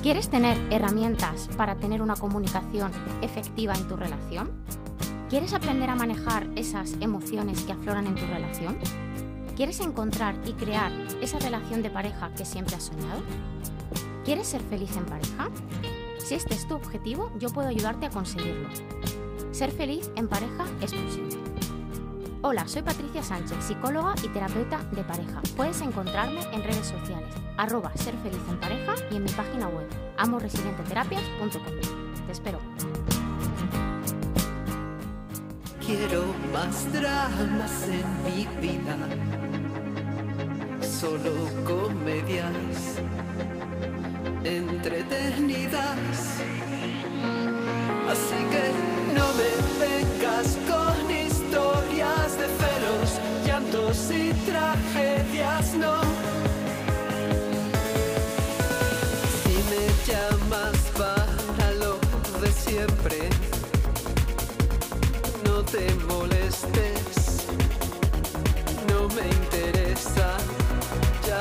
¿Quieres tener herramientas para tener una comunicación efectiva en tu relación? ¿Quieres aprender a manejar esas emociones que afloran en tu relación? ¿Quieres encontrar y crear esa relación de pareja que siempre has soñado? ¿Quieres ser feliz en pareja? Si este es tu objetivo, yo puedo ayudarte a conseguirlo. Ser feliz en pareja es posible. Hola, soy Patricia Sánchez, psicóloga y terapeuta de pareja. Puedes encontrarme en redes sociales, @serfelizenpareja y en mi página web, amorresidenteterapias.com. Te espero. Quiero más dramas en mi vida, solo comedias entretenidas. Así que no me vengas con historias de celos, llantos y tragedias, no. Si me llamas para lo de siempre, no te molestes, no me interesa, ya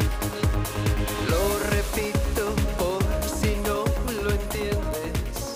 lo repito por si no lo entiendes.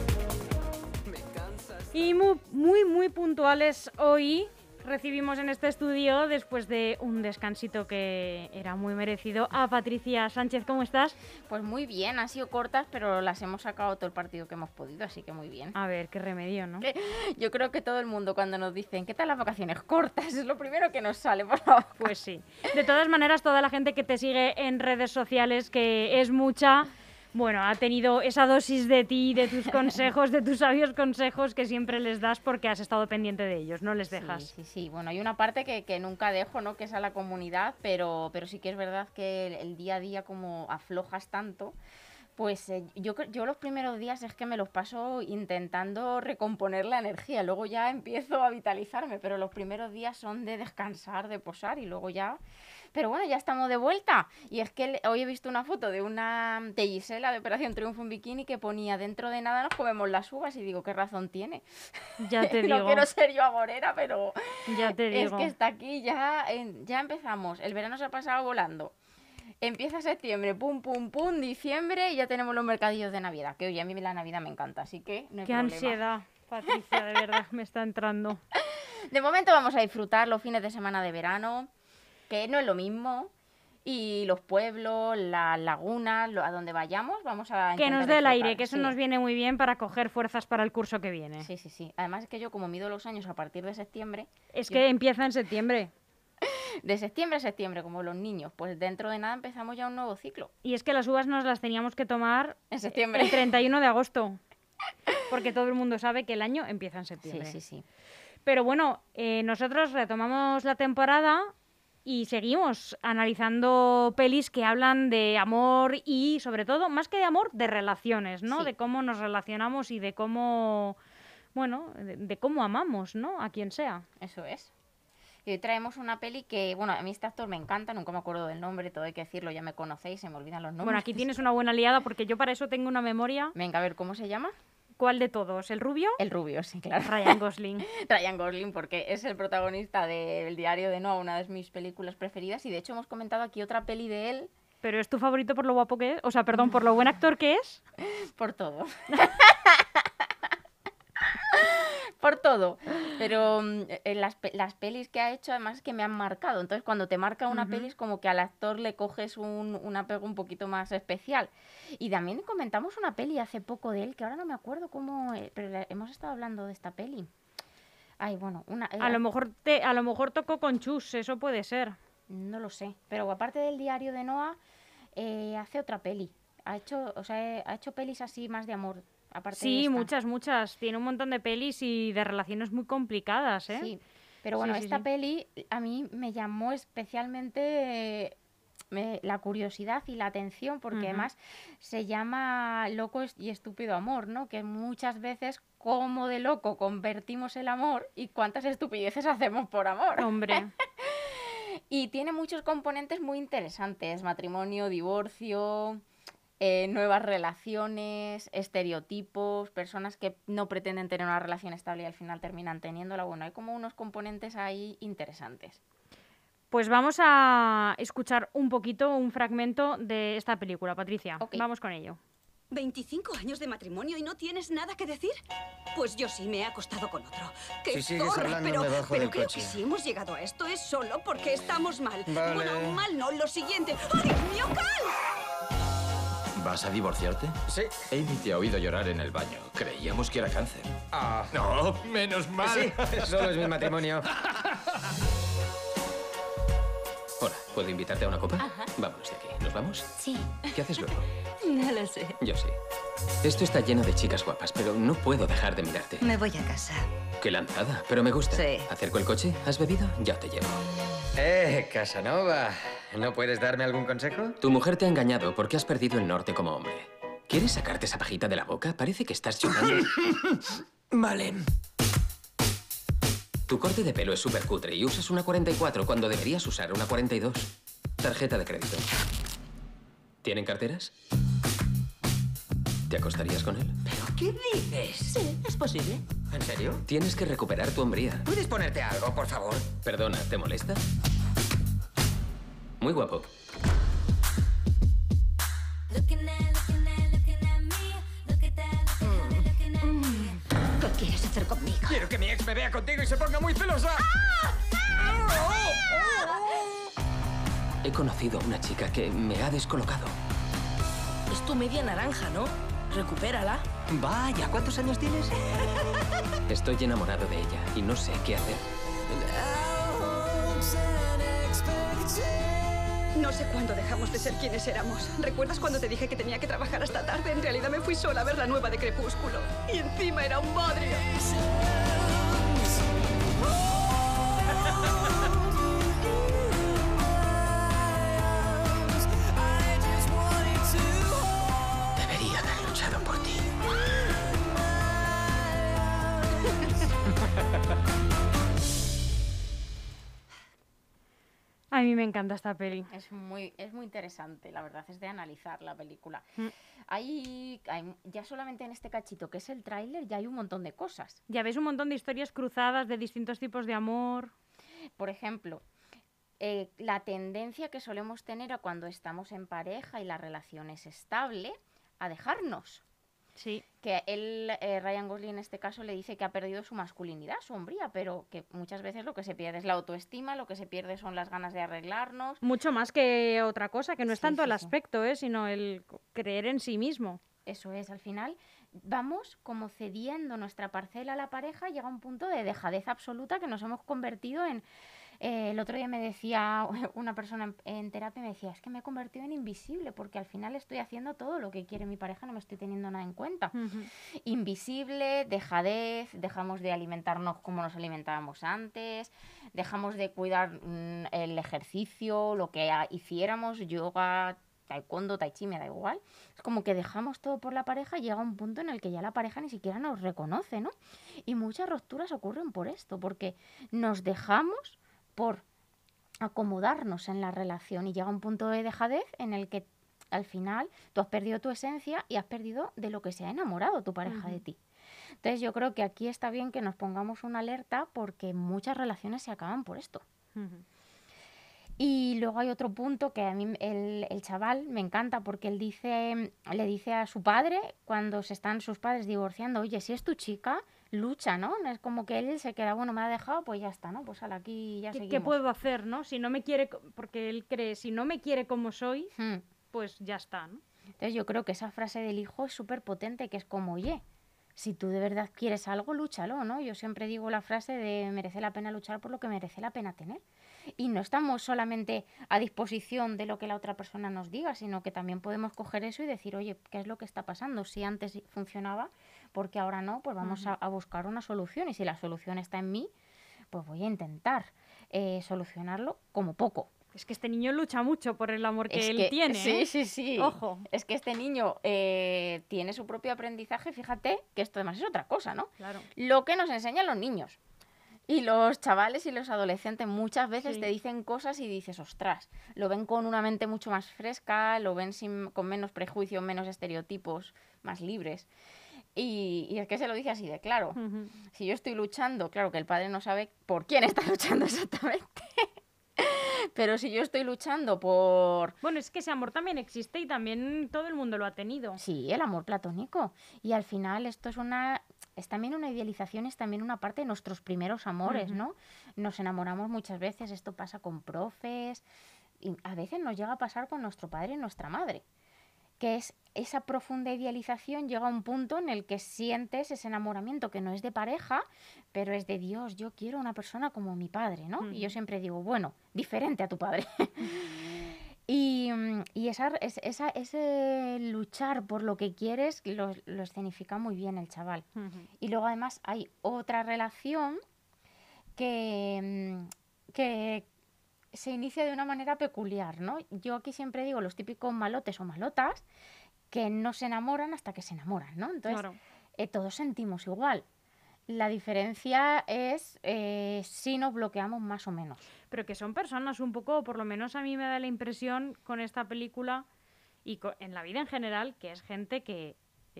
Me cansas. Y muy puntuales hoy recibimos en este estudio, después de un descansito que era muy merecido, a Patricia Sánchez. ¿Cómo estás? Pues muy bien, han sido cortas, pero las hemos sacado todo el partido que hemos podido, así que muy bien. A ver, qué remedio, ¿no? Yo creo que todo el mundo cuando nos dicen ¿qué tal las vacaciones cortas? Es lo primero que nos sale por la boca. Pues sí. De todas maneras, toda la gente que te sigue en redes sociales, que es mucha, bueno, ha tenido esa dosis de ti, de tus consejos, de tus sabios consejos que siempre les das porque has estado pendiente de ellos, no les dejas. Sí. Bueno, hay una parte que nunca dejo, ¿no? Que es a la comunidad, pero sí que es verdad que el día a día como aflojas tanto. Pues yo los primeros días es que me los paso intentando recomponer la energía, luego ya empiezo a vitalizarme, pero los primeros días son de descansar, de posar y luego ya... Pero bueno, ya estamos de vuelta. Y es que hoy he visto una foto de Gisela de Operación Triunfo en bikini que ponía dentro de nada nos comemos las uvas y digo, ¿qué razón tiene? Ya te digo. No quiero ser yo amorera, pero ya te digo. Es que está aquí, ya empezamos. El verano se ha pasado volando. Empieza septiembre, pum, diciembre y ya tenemos los mercadillos de Navidad. Que oye, a mí la Navidad me encanta, así que no hay Qué problema. ansiedad, Patricia, de verdad, me está entrando. De momento vamos a disfrutar los fines de semana de verano, que no es lo mismo. Y los pueblos, las lagunas, a donde vayamos, vamos a intentar que nos dé el disfrutar. aire, que eso nos viene muy bien para coger fuerzas para el curso que viene. Sí. Además es que yo como mido los años a partir de septiembre... Que empieza en septiembre. De septiembre a septiembre, como los niños, pues dentro de nada empezamos ya un nuevo ciclo. Y es que las uvas nos las teníamos que tomar en septiembre. El 31 de agosto, porque todo el mundo sabe que el año empieza en septiembre. Sí. Pero bueno, nosotros retomamos la temporada y seguimos analizando pelis que hablan de amor y, sobre todo, más que de amor, de relaciones, ¿no? Sí. De cómo nos relacionamos y de cómo, bueno, de cómo amamos, ¿no? A quien sea. Eso es. Y hoy traemos una peli que, bueno, a mí este actor me encanta, nunca me acuerdo del nombre, todo hay que decirlo, ya me conocéis, se me olvidan los nombres. Bueno, aquí tienes una buena aliada porque yo para eso tengo una memoria. Venga, a ver, ¿cómo se llama? ¿Cuál de todos? ¿El rubio? El rubio, sí, claro. Ryan Gosling. Ryan Gosling, porque es el protagonista de El diario de Noah, una de mis películas preferidas, y de hecho hemos comentado aquí otra peli de él. ¿Pero es tu favorito por lo guapo que es? O sea, perdón, por lo buen actor que es. Por todo. Por todo. Pero las pelis que ha hecho, además, es que me han marcado. Entonces, cuando te marca una peli, es como que al actor le coges un apego un poquito más especial. Y también comentamos una peli hace poco de él, que ahora no me acuerdo cómo... Pero hemos estado hablando de esta peli. Ay, bueno, a lo mejor tocó con Chus, eso puede ser. No lo sé. Pero aparte del diario de Noah, hace otra peli. Ha hecho pelis así más de amor. Sí, muchas. Tiene un montón de pelis y de relaciones muy complicadas, ¿eh? Sí, pero bueno, esta peli a mí me llamó especialmente la curiosidad y la atención, porque además se llama Loco y Estúpido Amor, ¿no? Que muchas veces, como de loco convertimos el amor y cuántas estupideces hacemos por amor. Hombre. Y tiene muchos componentes muy interesantes, matrimonio, divorcio... nuevas relaciones, estereotipos, personas que no pretenden tener una relación estable y al final terminan teniéndola. Bueno, hay como unos componentes ahí interesantes. Pues vamos a escuchar un poquito, un fragmento de esta película, Patricia. Ok. Vamos con ello. 25 años de matrimonio y no tienes nada que decir. Pues yo sí me he acostado con otro. ¡Qué Si sigues zorra! hablando, pero me bajo pero del creo coche. que si hemos llegado a esto es solo porque estamos mal. Vale. Bueno, mal no, lo siguiente. ¡Oh, Dios mío, Cal! ¿Vas a divorciarte? Sí. Amy te ha oído llorar en el baño. Creíamos que era cáncer. Ah, No, menos mal. sí, solo es mi matrimonio. Hola, ¿puedo invitarte a una copa? Vámonos de aquí. ¿Nos vamos? Sí. ¿Qué haces luego? No lo sé. Yo sí. Esto está lleno de chicas guapas, pero no puedo dejar de mirarte. Me voy a casa. Qué lanzada, pero me gusta. Sí. ¿Acerco el coche? ¿Has bebido? Ya te llevo. Casanova, ¿no puedes darme algún consejo? Tu mujer te ha engañado porque has perdido el norte como hombre. ¿Quieres sacarte esa pajita de la boca? Parece que estás llorando. Vale. Tu corte de pelo es súper cutre y usas una 44 cuando deberías usar una 42. Tarjeta de crédito. ¿Tienen carteras? ¿Te acostarías con él? ¿Qué dices? Sí, es posible. ¿En serio? Tienes que recuperar tu hombría. ¿Puedes ponerte algo, por favor? Perdona, ¿te molesta? Muy guapo. ¿Qué quieres hacer conmigo? Quiero que mi ex me vea contigo y se ponga muy celosa. He conocido a una chica que me ha descolocado. Es tu media naranja, ¿no? Recupérala. Vaya, ¿cuántos años tienes? Estoy enamorado de ella y no sé qué hacer. No sé cuándo dejamos de ser quienes éramos. ¿Recuerdas cuando te dije que tenía que trabajar hasta tarde? En realidad me fui sola a ver la nueva de Crepúsculo. Y encima era un bodrio. Debería haber luchado por ti. A mí me encanta esta peli. Es muy interesante, la verdad, es de analizar la película. Mm. Ya solamente en este cachito, que es el tráiler, ya hay un montón de cosas. Ya ves un montón de historias cruzadas de distintos tipos de amor. Por ejemplo, la tendencia que solemos tener a cuando estamos en pareja y la relación es estable, a dejarnos. Sí. Que Ryan Gosling en este caso le dice que ha perdido su masculinidad, su hombría, pero que muchas veces lo que se pierde es la autoestima, lo que se pierde son las ganas de arreglarnos. Mucho más que otra cosa, que no es Sí, tanto sí, el sí. aspecto, sino el creer en sí mismo. Eso es, al final vamos como cediendo nuestra parcela a la pareja, llega un punto de dejadez absoluta que nos hemos convertido en... el otro día me decía una persona en terapia, me decía, es que me he convertido en invisible porque al final estoy haciendo todo lo que quiere mi pareja, no me estoy teniendo nada en cuenta. Invisible, dejadez, dejamos de alimentarnos como nos alimentábamos antes, dejamos de cuidar el ejercicio, lo que hiciéramos, yoga, taekwondo, tai chi, me da igual. Es como que dejamos todo por la pareja y llega un punto en el que ya la pareja ni siquiera nos reconoce, ¿no? Y muchas rupturas ocurren por esto, porque nos dejamos por acomodarnos en la relación y llega un punto de dejadez en el que al final tú has perdido tu esencia y has perdido de lo que se ha enamorado tu pareja de ti. Entonces yo creo que aquí está bien que nos pongamos una alerta porque muchas relaciones se acaban por esto. Y luego hay otro punto que a mí el chaval me encanta porque él le dice a su padre cuando se están sus padres divorciando, oye, si es tu chica, lucha, ¿no? Es como que él se queda, bueno, me ha dejado, pues ya está, ¿no? Pues aquí ya seguimos. ¿Qué puedo hacer, no? Si no me quiere, porque él cree, si no me quiere como soy, pues ya está, ¿no? Entonces yo creo que esa frase del hijo es súper potente, que es como, oye, si tú de verdad quieres algo, lúchalo, ¿no? Yo siempre digo la frase de merece la pena luchar por lo que merece la pena tener. Y no estamos solamente a disposición de lo que la otra persona nos diga, sino que también podemos coger eso y decir, oye, ¿qué es lo que está pasando? Si antes funcionaba, ¿por qué ahora no? Pues vamos a buscar una solución. Y si la solución está en mí, pues voy a intentar solucionarlo como poco. Es que este niño lucha mucho por el amor que él tiene. Sí, ¿eh? sí, sí. Ojo. Es que este niño tiene su propio aprendizaje. Fíjate que esto además es otra cosa, ¿no? Claro. Lo que nos enseñan los niños. Y los chavales y los adolescentes muchas veces Sí. te dicen cosas y dices, ostras, lo ven con una mente mucho más fresca, lo ven con menos prejuicios, menos estereotipos, más libres. Y es que se lo dice así de claro. Si yo estoy luchando, claro que el padre no sabe por quién está luchando exactamente. Pero si yo estoy luchando por... Bueno, es que ese amor también existe y también todo el mundo lo ha tenido. Sí, el amor platónico. Y al final esto es también una idealización, es también una parte de nuestros primeros amores, ¿no? Nos enamoramos muchas veces, esto pasa con profes, y a veces nos llega a pasar con nuestro padre y nuestra madre, que es esa profunda idealización, llega a un punto en el que sientes ese enamoramiento que no es de pareja, pero es de Dios, yo quiero una persona como mi padre, ¿no? Y yo siempre digo, bueno, diferente a tu padre. Y ese luchar por lo que quieres lo escenifica muy bien el chaval. Y luego además hay otra relación que se inicia de una manera peculiar, ¿no? Yo aquí siempre digo los típicos malotes o malotas que no se enamoran hasta que se enamoran, ¿no? Entonces, Claro. Todos sentimos igual. La diferencia es si nos bloqueamos más o menos. Pero que son personas un poco, por lo menos a mí me da la impresión con esta película y en la vida en general, que es gente que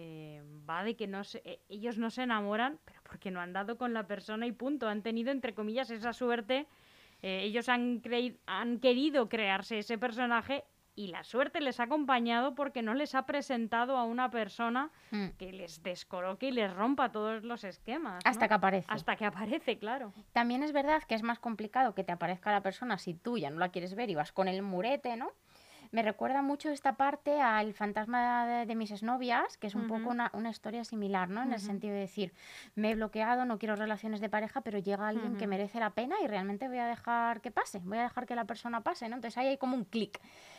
va de que ellos no se enamoran, pero porque no han dado con la persona y punto. Han tenido, entre comillas, esa suerte. Ellos han querido crearse ese personaje y la suerte les ha acompañado porque no les ha presentado a una persona que les descoloque y les rompa todos los esquemas, ¿no? Hasta que aparece. Hasta que aparece, claro. También es verdad que es más complicado que te aparezca la persona si tú ya no la quieres ver y vas con el murete, ¿no? Me recuerda mucho esta parte al fantasma de mis exnovias, que es un poco una historia similar, ¿no? En el sentido de decir, me he bloqueado, no quiero relaciones de pareja, pero llega alguien que merece la pena y realmente voy a dejar que pase, voy a dejar que la persona pase, ¿no? Entonces ahí hay como un clic.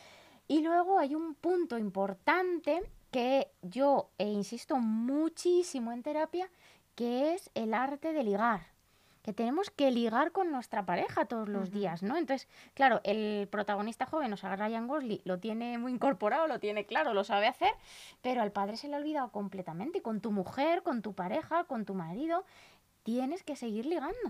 Y luego hay un punto importante que yo insisto muchísimo en terapia, que es el arte de ligar. Que tenemos que ligar con nuestra pareja todos los días, ¿no? Entonces, claro, el protagonista joven, o sea, Ryan Gosling, lo tiene muy incorporado, lo tiene claro, lo sabe hacer, pero al padre se le ha olvidado completamente. Y con tu mujer, con tu pareja, con tu marido, tienes que seguir ligando.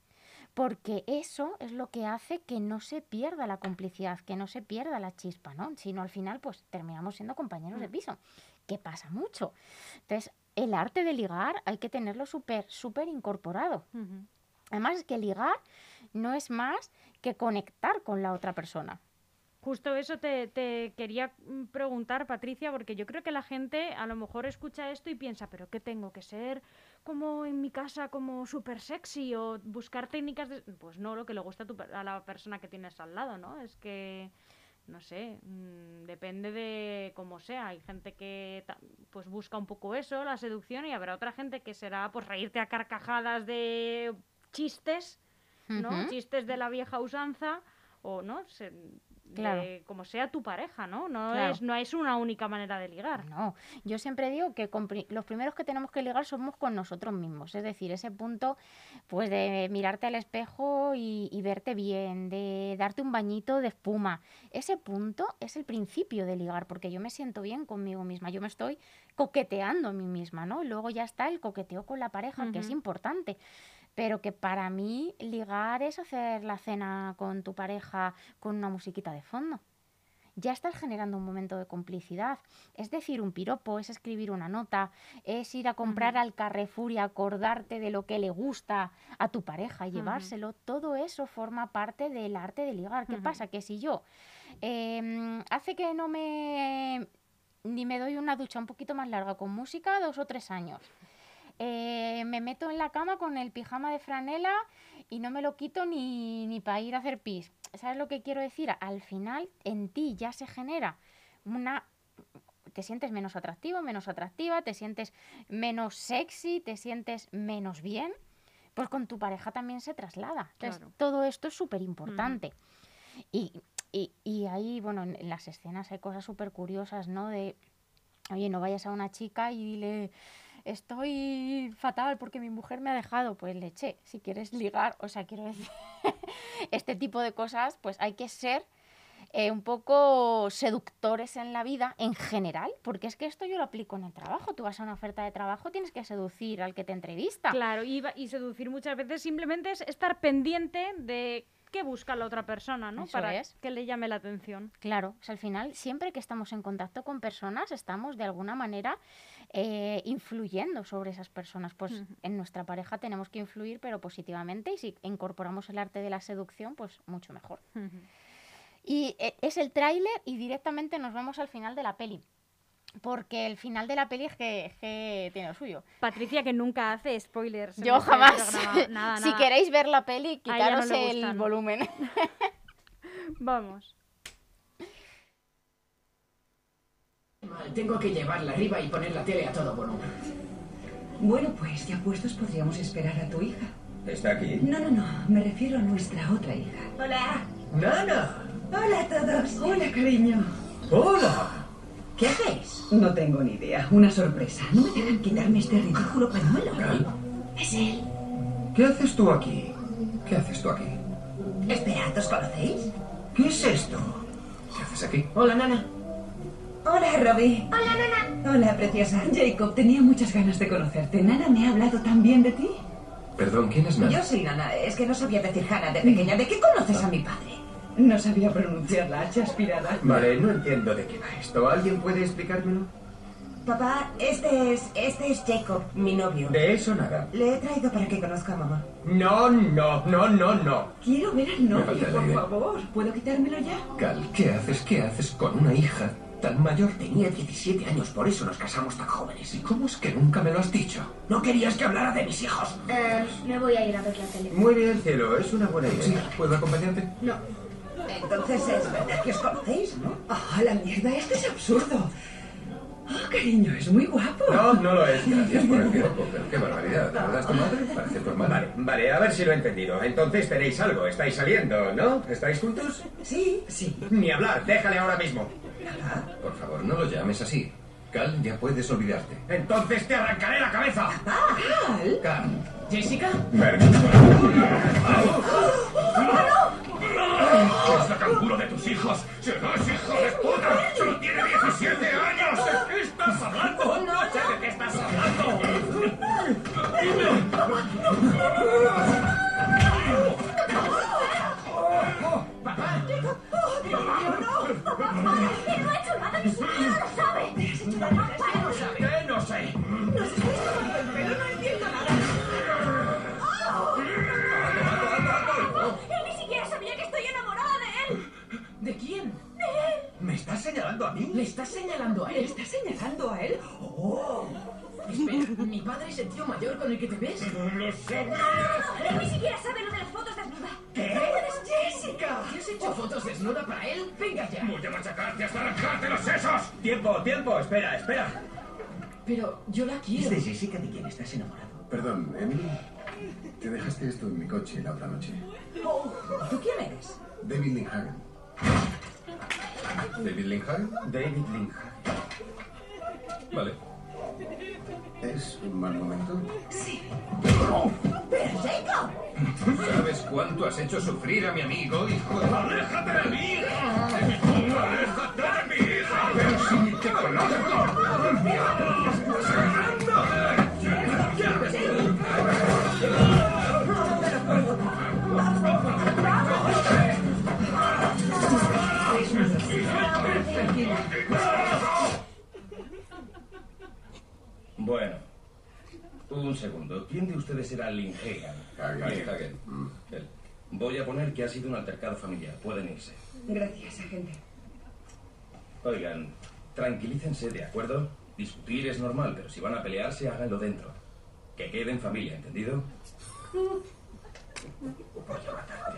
Porque eso es lo que hace que no se pierda la complicidad, que no se pierda la chispa, ¿no? Sino al final, pues, terminamos siendo compañeros de piso, que pasa mucho. Entonces, el arte de ligar hay que tenerlo súper incorporado. Además, es que ligar no es más que conectar con la otra persona. Justo eso te quería preguntar, Patricia, porque yo creo que la gente a lo mejor escucha esto y piensa, ¿pero qué tengo que ser? Como en mi casa, como súper sexy o buscar técnicas de... Pues no, lo que le gusta a la persona que tienes al lado, ¿no? Es que, no sé, depende de cómo sea. Hay gente que pues busca un poco eso, la seducción, y habrá otra gente que será pues reírte a carcajadas de chistes, ¿no? Chistes de la vieja usanza o, ¿no? Claro. Como sea tu pareja, ¿no? Claro. No es una única manera de ligar. No, yo siempre digo que los primeros que tenemos que ligar somos con nosotros mismos, es decir, ese punto pues de mirarte al espejo y verte bien, de darte un bañito de espuma. Ese punto es el principio de ligar, porque yo me siento bien conmigo misma, yo me estoy coqueteando a mí misma, ¿no? Y luego ya está el coqueteo con la pareja, que es importante. Pero que para mí ligar es hacer la cena con tu pareja con una musiquita de fondo. Ya estás generando un momento de complicidad. Es decir, un piropo, es escribir una nota, es ir a comprar al Carrefour y acordarte de lo que le gusta a tu pareja, llevárselo. Todo eso forma parte del arte de ligar. ¿Qué pasa? Que si yo hace que ni me doy una ducha un poquito más larga con música 2 o 3 años. Me meto en la cama con el pijama de franela y no me lo quito ni para ir a hacer pis. ¿Sabes lo que quiero decir? Al final en ti ya se genera te sientes menos atractivo, menos atractiva, te sientes menos sexy, te sientes menos bien, pues con tu pareja también se traslada. Entonces, todo esto es súper importante. Y ahí, bueno, en las escenas hay cosas súper curiosas, ¿no? De, oye, no vayas a una chica y dile... Estoy fatal porque mi mujer me ha dejado. Pues leche, si quieres ligar, o sea, quiero decir, este tipo de cosas, pues hay que ser un poco seductores en la vida en general, porque es que esto yo lo aplico en el trabajo. Tú vas a una oferta de trabajo, tienes que seducir al que te entrevista. Claro, y seducir muchas veces simplemente es estar pendiente de qué busca la otra persona, ¿no? Eso para es. que le llame la atención. Claro, o sea, al final, siempre que estamos en contacto con personas, estamos de alguna manera influyendo sobre esas personas. Pues en nuestra pareja tenemos que influir, pero positivamente, y si incorporamos el arte de la seducción, pues mucho mejor. Y es el tráiler y directamente nos vamos al final de la peli. Porque el final de la peli es que tiene lo suyo. Patricia, que nunca hace spoilers. Yo jamás. Nada. Si queréis ver la peli, A ella no quitaros le el gustan. volumen. Vamos. Tengo que llevarla arriba y poner la tele a todo volumen. Bueno, pues ya puestos podríamos esperar a tu hija. ¿Está aquí? No, me refiero a nuestra otra hija. Hola. ¡Nana! Hola a todos. Hola, cariño. ¡Hola! ¿Qué hacéis? No tengo ni idea. Una sorpresa. No me dejan quitarme este ridículo pañuelo. ¿Cal? Es él. ¿Qué haces tú aquí? ¿Qué haces tú aquí? Esperad, ¿os conocéis? ¿Qué es esto? ¿Qué haces aquí? Hola, Nana. Hola, Robbie. Hola, Nana. Hola, preciosa. Jacob, tenía muchas ganas de conocerte. Nana me ha hablado tan bien de ti. Perdón, ¿quién es Nana? Yo soy Nana. Es que no sabía decir Hannah de pequeña. ¿De qué conoces a mi padre? No sabía pronunciar la H aspirada. Vale, no entiendo de qué va esto. ¿Alguien puede explicármelo? Papá, este es Jacob, mi novio. De eso nada. Le he traído para que conozca a mamá. No. Quiero ver al Me novio, falta el por aire. favor. ¿Puedo quitármelo ya? Cal, ¿qué haces? ¿Qué haces con una hija tan mayor? Tenía 17 años, por eso nos casamos tan jóvenes. ¿Y cómo es que nunca me lo has dicho? ¿No querías que hablara de mis hijos? Me voy a ir a ver la tele. Muy bien, cielo, es una buena idea. ¿Puedo acompañarte? Entonces es verdad que os conocéis, ¿no? ¡Ah, la mierda! Esto es absurdo. ¡Oh, cariño, es muy guapo! No lo es. Gracias por el piropo, pero qué barbaridad. ¿De verdad es tu madre? Parece tu hermana. Vale, a ver si lo he entendido. Entonces tenéis algo, estáis saliendo, ¿no? ¿Estáis juntos? Sí. Ni hablar, déjale ahora mismo. Por favor, no lo llames así. Cal, ya puedes olvidarte. ¡Entonces te arrancaré la cabeza! ¡Cal! Cal. ¿Jessica? ¡Es la canguro de tus hijos! ¡Si no es hijo de puta! ¡Solo tiene 17 años! ¿De qué estás hablando? ¡No sé de qué estás hablando! ¡Papá! ¡No he hecho nada! ¡Mi suegra no lo sabe! ¿Qué no sabe? ¿Qué no sé? ¡Él ni siquiera sabía que estoy enamorada de él! ¿De quién? ¿Me estás señalando a mí? ¿Le estás señalando a él? ¿Le estás señalando a él? ¡Oh! Espera, ¿mi padre es el tío mayor con el que te ves? ¡No lo sé! Él ni siquiera sabe lo de las fotos desnuda. ¿Qué? ¡Eres Jessica! ¿Te has hecho fotos desnuda para él? ¡Venga ya! ¡Voy a machacarte hasta arrancarte los sesos! Tiempo, espera. Pero yo la quiero. ¿Es de Jessica de quien estás enamorado? Perdón, Emily. Te dejaste esto en mi coche la otra noche. Oh, ¿tú quién eres? David Lindhagen. ¿David Lindhagen? David Lindhagen. Vale. ¿Es un mal momento? Sí. ¡Pero Jacob! ¿Sabes cuánto has hecho sufrir a mi amigo, hijo de... ¡Aléjate de mi hija! ¡Aléjate de mi hija! ¡Pero si ni te conozco! Bueno, un segundo. ¿Quién de ustedes era Lindhagen? Lindhagen. Él. Voy a poner que ha sido un altercado familiar. Pueden irse. Gracias, agente. Oigan, tranquilícense, ¿de acuerdo? Discutir es normal, pero si van a pelearse, háganlo dentro. Que quede en familia, ¿entendido? Voy a matarte.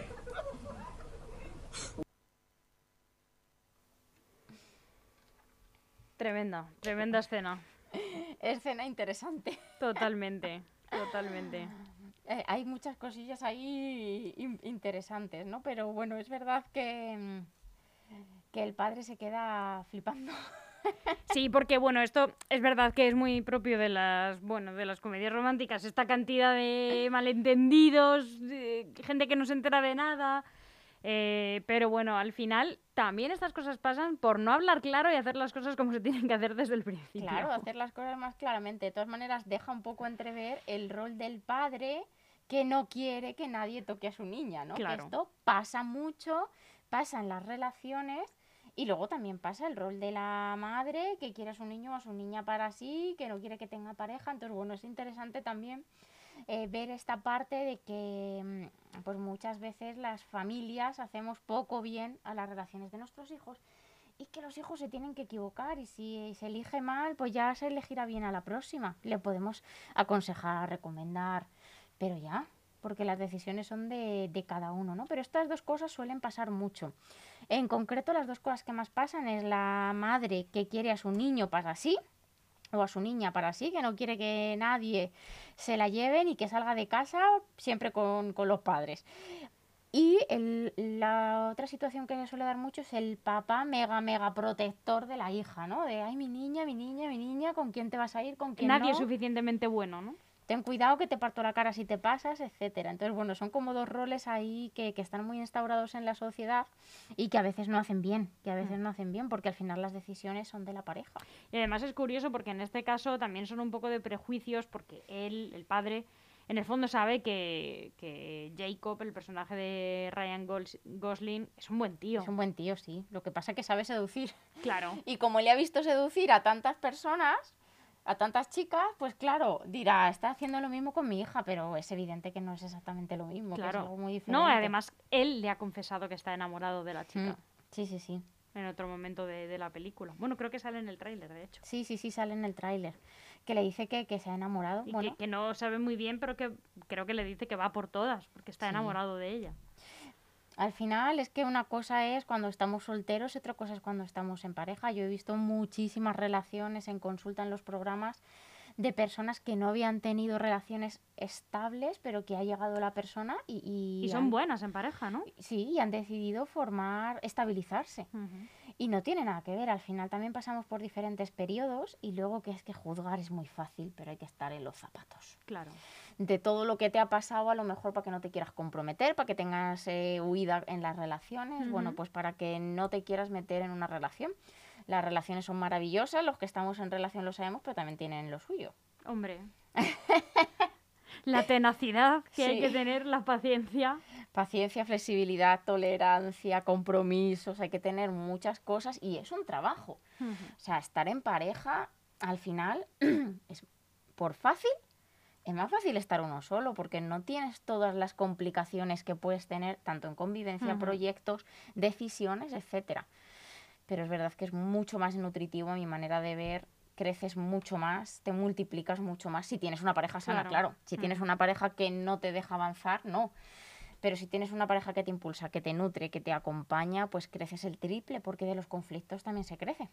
Tremenda escena. Escena interesante. Totalmente. Hay muchas cosillas ahí interesantes, ¿no? Pero bueno, es verdad que el padre se queda flipando. Sí, porque bueno, esto es verdad que es muy propio de las comedias románticas, esta cantidad de malentendidos, de gente que no se entera de nada. Pero bueno, al final también estas cosas pasan por no hablar claro y hacer las cosas como se tienen que hacer desde el principio. Claro, hacer las cosas más claramente. De todas maneras, deja un poco entrever el rol del padre que no quiere que nadie toque a su niña, ¿no? Claro. Que esto pasa mucho, pasa en las relaciones y luego también pasa el rol de la madre que quiere a su niño o a su niña para sí, que no quiere que tenga pareja. Entonces, bueno, es interesante también ver esta parte de que pues muchas veces las familias hacemos poco bien a las relaciones de nuestros hijos y que los hijos se tienen que equivocar y si se elige mal, pues ya se elegirá bien a la próxima. Le podemos aconsejar, recomendar, pero ya, porque las decisiones son de cada uno, ¿no? Pero estas dos cosas suelen pasar mucho. En concreto, las dos cosas que más pasan es la madre que quiere a su niño para sí, o a su niña para sí, que no quiere que nadie se la lleven y que salga de casa siempre con los padres. Y la otra situación que se suele dar mucho es el papá mega protector de la hija, ¿no? De, ay, mi niña, ¿con quién te vas a ir? ¿Con quién Nadie no? es suficientemente bueno, ¿no? Ten cuidado que te parto la cara si te pasas, etcétera. Entonces, bueno, son como dos roles ahí que están muy instaurados en la sociedad y que a veces no hacen bien, porque al final las decisiones son de la pareja. Y además es curioso porque en este caso también son un poco de prejuicios porque él, el padre, en el fondo sabe que Jacob, el personaje de Ryan Gosling, es un buen tío. Es un buen tío, sí. Lo que pasa es que sabe seducir. Claro. Y como le ha visto seducir a tantas personas, a tantas chicas, pues claro, dirá, está haciendo lo mismo con mi hija, pero es evidente que no es exactamente lo mismo, Claro. que es algo muy diferente. No, además, él le ha confesado que está enamorado de la chica. Sí. En otro momento de la película. Bueno, creo que sale en el tráiler, de hecho. Sí, sale en el tráiler. Que le dice que se ha enamorado. Y bueno, que no sabe muy bien, pero que creo que le dice que va por todas, porque está enamorado de ella. al final es que una cosa es cuando estamos solteros y otra cosa es cuando estamos en pareja. Yo he visto muchísimas relaciones en consulta en los programas de personas que no habían tenido relaciones estables, pero que ha llegado la persona y son buenas en pareja, ¿no? Sí, y han decidido estabilizarse. Y no tiene nada que ver, al final también pasamos por diferentes periodos y luego que es que juzgar es muy fácil, pero hay que estar en los zapatos. Claro. De todo lo que te ha pasado, a lo mejor para que no te quieras comprometer, para que tengas huida en las relaciones, bueno, pues para que no te quieras meter en una relación. Las relaciones son maravillosas, los que estamos en relación lo sabemos, pero también tienen lo suyo. Hombre. La tenacidad que hay que tener, la paciencia. Paciencia, flexibilidad, tolerancia, compromisos, hay que tener muchas cosas y es un trabajo. O sea, estar en pareja, al final, es más fácil estar uno solo porque no tienes todas las complicaciones que puedes tener, tanto en convivencia, proyectos, decisiones, etcétera. Pero es verdad que es mucho más nutritivo a mi manera de ver. Creces mucho más, te multiplicas mucho más si tienes una pareja sana, claro. Si tienes una pareja que no te deja avanzar, no. Pero si tienes una pareja que te impulsa, que te nutre, que te acompaña, pues creces el triple, porque de los conflictos también se crece.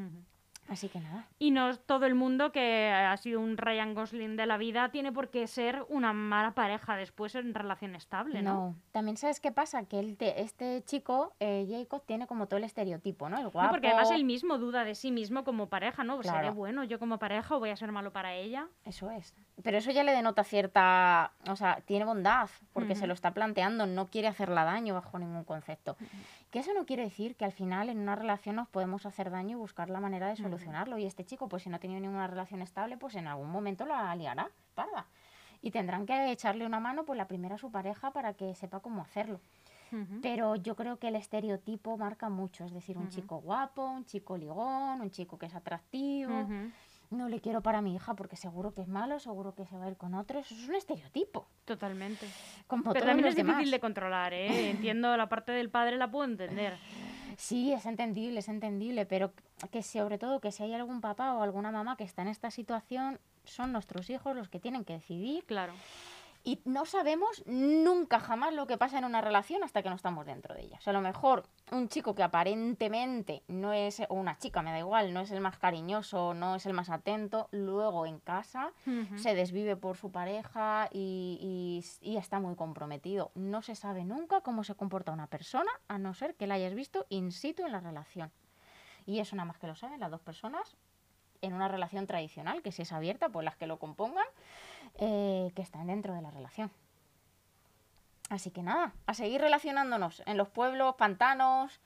Así que nada. Y no todo el mundo que ha sido un Ryan Gosling de la vida tiene por qué ser una mala pareja después en relación estable, ¿no? No, también ¿sabes qué pasa? Que este chico, Jacob, tiene como todo el estereotipo, ¿no? El guapo. No, porque además él mismo duda de sí mismo como pareja, ¿no? Claro. ¿Seré bueno yo como pareja o voy a ser malo para ella? Eso es. Pero eso ya le denota cierta... O sea, tiene bondad, porque se lo está planteando, no quiere hacerla daño bajo ningún concepto. Que eso no quiere decir que al final en una relación nos podemos hacer daño y buscar la manera de solucionarlo. Y este chico, pues si no ha tenido ninguna relación estable, pues en algún momento la liará, parda. Y tendrán que echarle una mano, pues la primera a su pareja para que sepa cómo hacerlo. Pero yo creo que el estereotipo marca mucho, es decir, un chico guapo, un chico ligón, un chico que es atractivo. No le quiero para mi hija porque seguro que es malo, seguro que se va a ir con otro. Eso es un estereotipo. Totalmente. Como pero todos también los es demás. difícil de controlar, ¿eh? Entiendo la parte del padre, la puedo entender. Sí, es entendible, pero que sobre todo que si hay algún papá o alguna mamá que está en esta situación, son nuestros hijos los que tienen que decidir. Claro. Y no sabemos nunca jamás lo que pasa en una relación hasta que no estamos dentro de ella. O sea, a lo mejor un chico que aparentemente no es, o una chica, me da igual, no es el más cariñoso, no es el más atento, luego en casa se desvive por su pareja y está muy comprometido. No se sabe nunca cómo se comporta una persona, a no ser que la hayas visto in situ en la relación. Y eso nada más que lo saben las dos personas en una relación tradicional, que si es abierta, pues las que lo compongan, que están dentro de la relación. Así que nada, a seguir relacionándonos en los pueblos, pantanos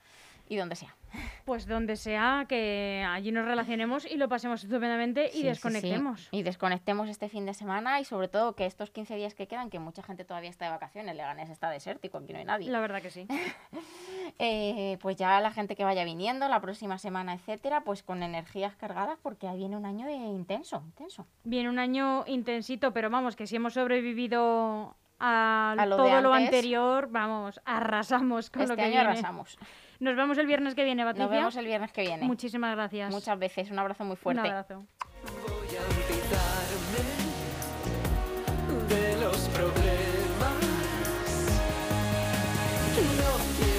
y donde sea. Pues donde sea, que allí nos relacionemos y lo pasemos estupendamente y desconectemos. Y desconectemos este fin de semana y sobre todo que estos 15 días que quedan, que mucha gente todavía está de vacaciones, Leganés está desértico, aquí no hay nadie. La verdad que sí. Pues ya la gente que vaya viniendo la próxima semana, etcétera, pues con energías cargadas porque ahí viene un año intenso. Viene un año intensito, pero vamos, que si hemos sobrevivido a lo todo de lo antes, anterior, vamos, arrasamos con lo que este año viene. arrasamos. Nos vemos el viernes que viene, Patricia. Nos vemos el viernes que viene. Muchísimas gracias. Muchas veces. Un abrazo muy fuerte. Un abrazo. Voy a olvidarme de los problemas. No quiero